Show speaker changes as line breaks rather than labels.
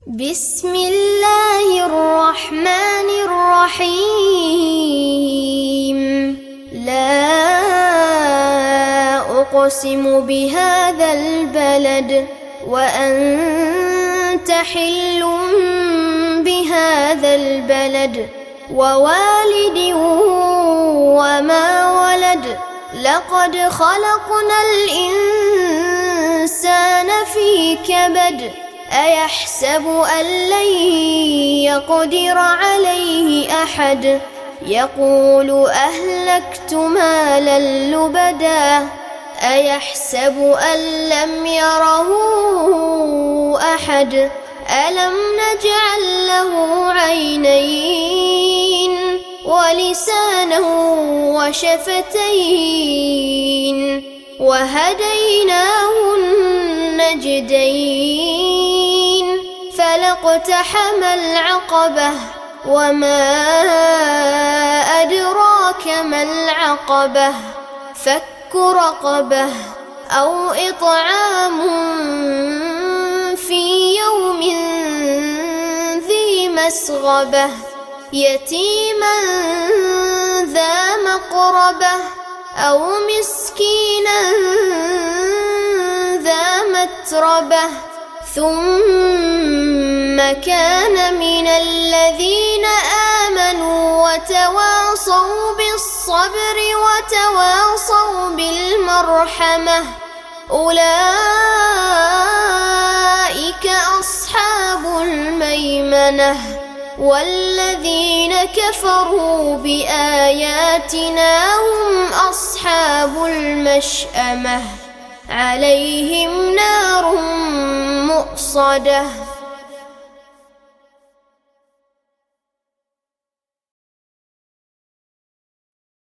بسم الله الرحمن الرحيم. لا أقسم بهذا البلد وأنت حل بهذا البلد ووالد وما ولد. لقد خلقنا الإنسان في كبد. أيحسب أن لن يقدر عليه أحد. يقول أهلكت مالا لبدا. أيحسب أن لم يره أحد. ألم نجعل له عينين ولسانا وشفتين وهديناه النجدين. فلاقتحم العقبة وما أدراك ما العقبة. فك رقبة أو إطعام في يوم ذي مسغبة يتيما ذا مقربة أو مسكينا ذا متربة ثم كان من الذين آمنوا وتواصوا بالصبر وتواصوا بالمرحمة. أولئك أصحاب الميمنة. والذين كفروا بآياتنا هم أصحاب المشأمة. عليهم نار مؤصدة.